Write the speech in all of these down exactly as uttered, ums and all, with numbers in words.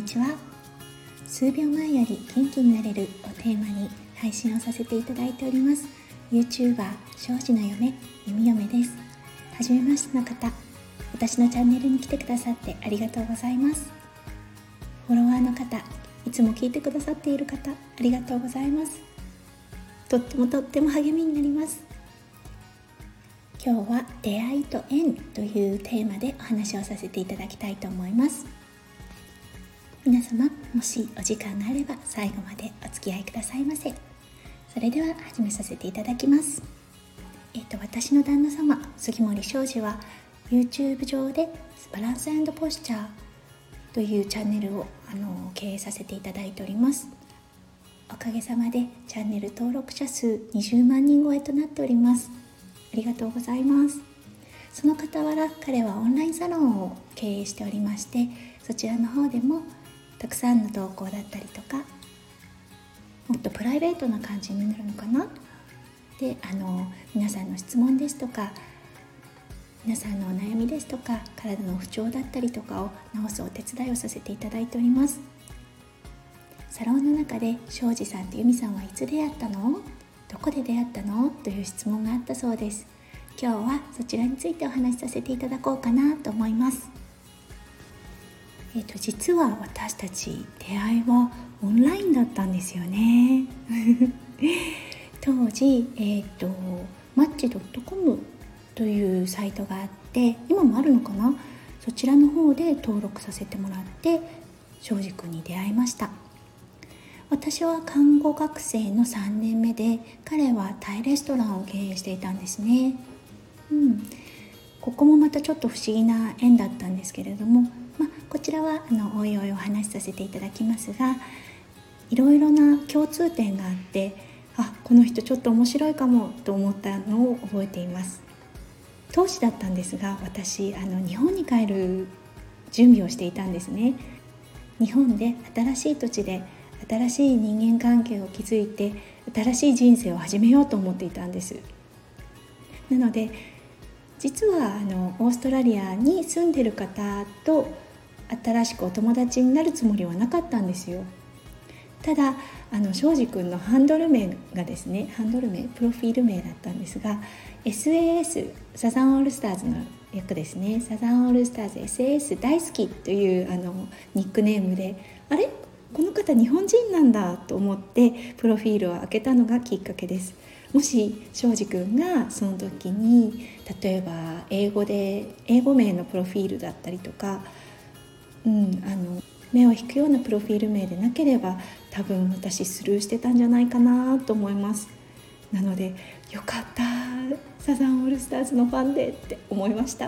ちは。数秒前より元気になれるをテーマに配信をさせていただいております YouTuber 庄司の嫁、弓嫁です。はじめましての方、私のチャンネルに来てくださってありがとうございます。フォロワーの方、いつも聞いてくださっている方、ありがとうございます。とってもとっても励みになります。今日は出会いと縁というテーマでお話をさせていただきたいと思います。皆様、もしお時間があれば最後までお付き合いくださいませ。それでは始めさせていただきます。えっと私の旦那様、杉森庄司は YouTube 上でバランス&ポスチャーというチャンネルをあの経営させていただいております。おかげさまでチャンネル登録者数にじゅうまんにん超えとなっております。ありがとうございます。その傍ら、彼はオンラインサロンを経営しておりまして、そちらの方でもたくさんの投稿だったりとか、もっとプライベートな感じになるのかな。で、あの皆さんの質問ですとか、皆さんのお悩みですとか、体の不調だったりとかを治すお手伝いをさせていただいております。サロンの中で庄司さんと由美さんはいつ出会ったの？どこで出会ったの？という質問があったそうです。今日はそちらについてお話しさせていただこうかなと思います。えーと、実は私たち出会いはオンラインだったんですよね。当時、えーと、マッチ .com というサイトがあって、今もあるのかな？そちらの方で登録させてもらって庄司君に出会いました。私は看護学生のさんねんめで、彼はタイレストランを経営していたんですね。うん、ここもまたちょっと不思議な縁だったんですけれども、まあ、こちらはあのおいおいお話しさせていただきますが、いろいろな共通点があって、あ、この人ちょっと面白いかもと思ったのを覚えています。当時だったんですが、私あの日本に帰る準備をしていたんですね。日本で新しい土地で新しい人間関係を築いて、新しい人生を始めようと思っていたんです。なので実はあのオーストラリアに住んでる方と新しくお友達になるつもりはなかったんですよ。ただあの庄司君のハンドル名がですね、ハンドル名プロフィール名だったんですが、 エスエーエス サザンオールスターズの略ですね。サザンオールスターズ エスエーエス 大好きというあのニックネームで、あれこの方日本人なんだと思ってプロフィールを開けたのがきっかけです。もし庄司君がその時に例えば英語で英語名のプロフィールだったりとか、うん、あの目を引くようなプロフィール名でなければ、多分私スルーしてたんじゃないかなと思います。なのでよかった、サザンオールスターズのファンでって思いました。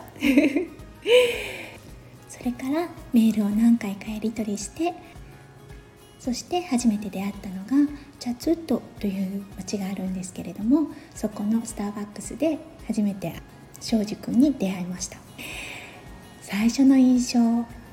それからメールを何回かやり取りして、そして初めて出会ったのがチャツットという街があるんですけれども、そこのスターバックスで初めて庄司君に出会いました。最初の印象、うん、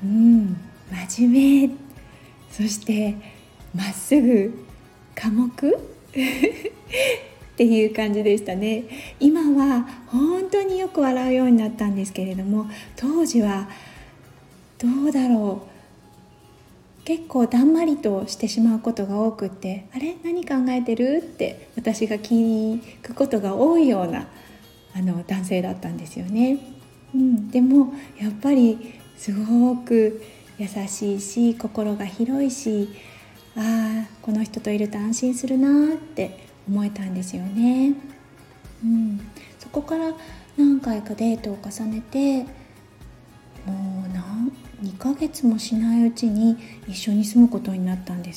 真面目、そしてまっすぐ、寡黙っていう感じでしたね。今は本当によく笑うようになったんですけれども、当時はどうだろう、結構だんまりとしてしまうことが多くって、あれ何考えてるって私が聞くことが多いようなあの男性だったんですよね。うん、でもやっぱりすごく優しいし、心が広いし、ああこの人といると安心するなって思えたんですよね。うん、そこから何回かデートを重ねて、もう何にかげつもしないうちに一緒に住むことになったんです。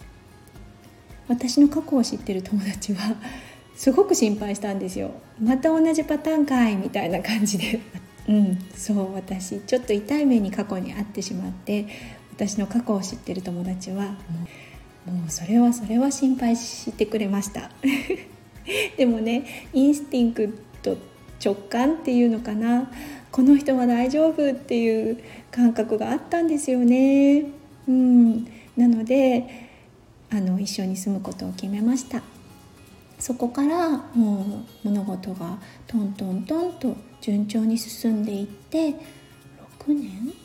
私の過去を知ってる友達はすごく心配したんですよ。また同じパターンかいみたいな感じでうん、そう私ちょっと痛い目に過去に遭ってしまって、私の過去を知ってる友達はもう、もうそれはそれは心配してくれました。でもね、インスティンクト、直感っていうのかな、この人は大丈夫っていう感覚があったんですよね。うん、なのであの一緒に住むことを決めました。そこからもう物事がトントントンと順調に進んでいって、ろくねん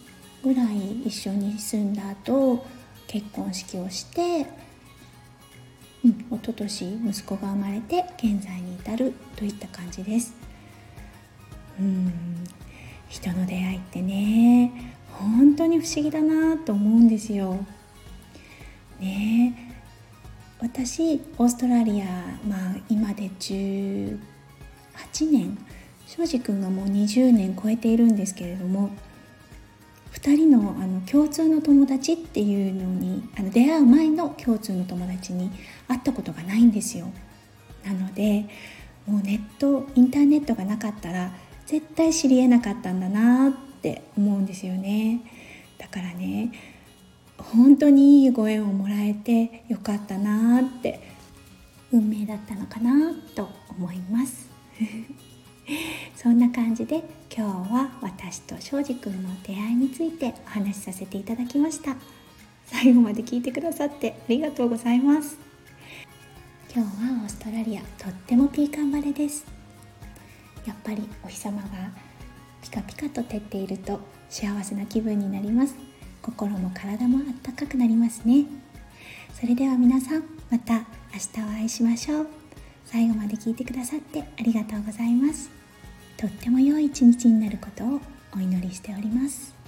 ぐらい一緒に住んだ後結婚式をして、うん、一昨年息子が生まれて現在に至るといった感じです。うん、人の出会いってね、本当に不思議だなと思うんですよ。ねえ、私オーストラリア、まあ、今でじゅうはちねん、庄司くんがもうにじゅうねん超えているんですけれども、ふたりの、あの共通の友達っていうのに、あの出会う前の共通の友達に会ったことがないんですよ。なのでもうネットインターネットがなかったら絶対知り得なかったんだなって思うんですよね。だからね、本当にいいご縁をもらえてよかったなって、運命だったのかなと思いますそんな感じで今日は私と庄司くんの出会いについてお話しさせていただきました。最後まで聞いてくださってありがとうございます。今日はオーストラリア、とってもピーカン晴れです。やっぱりお日様がピカピカと照っていると幸せな気分になります。心も体もあったかくなりますね。それでは皆さん、また明日お会いしましょう。最後まで聞いてくださってありがとうございます。とっても良い一日になることをお祈りしております。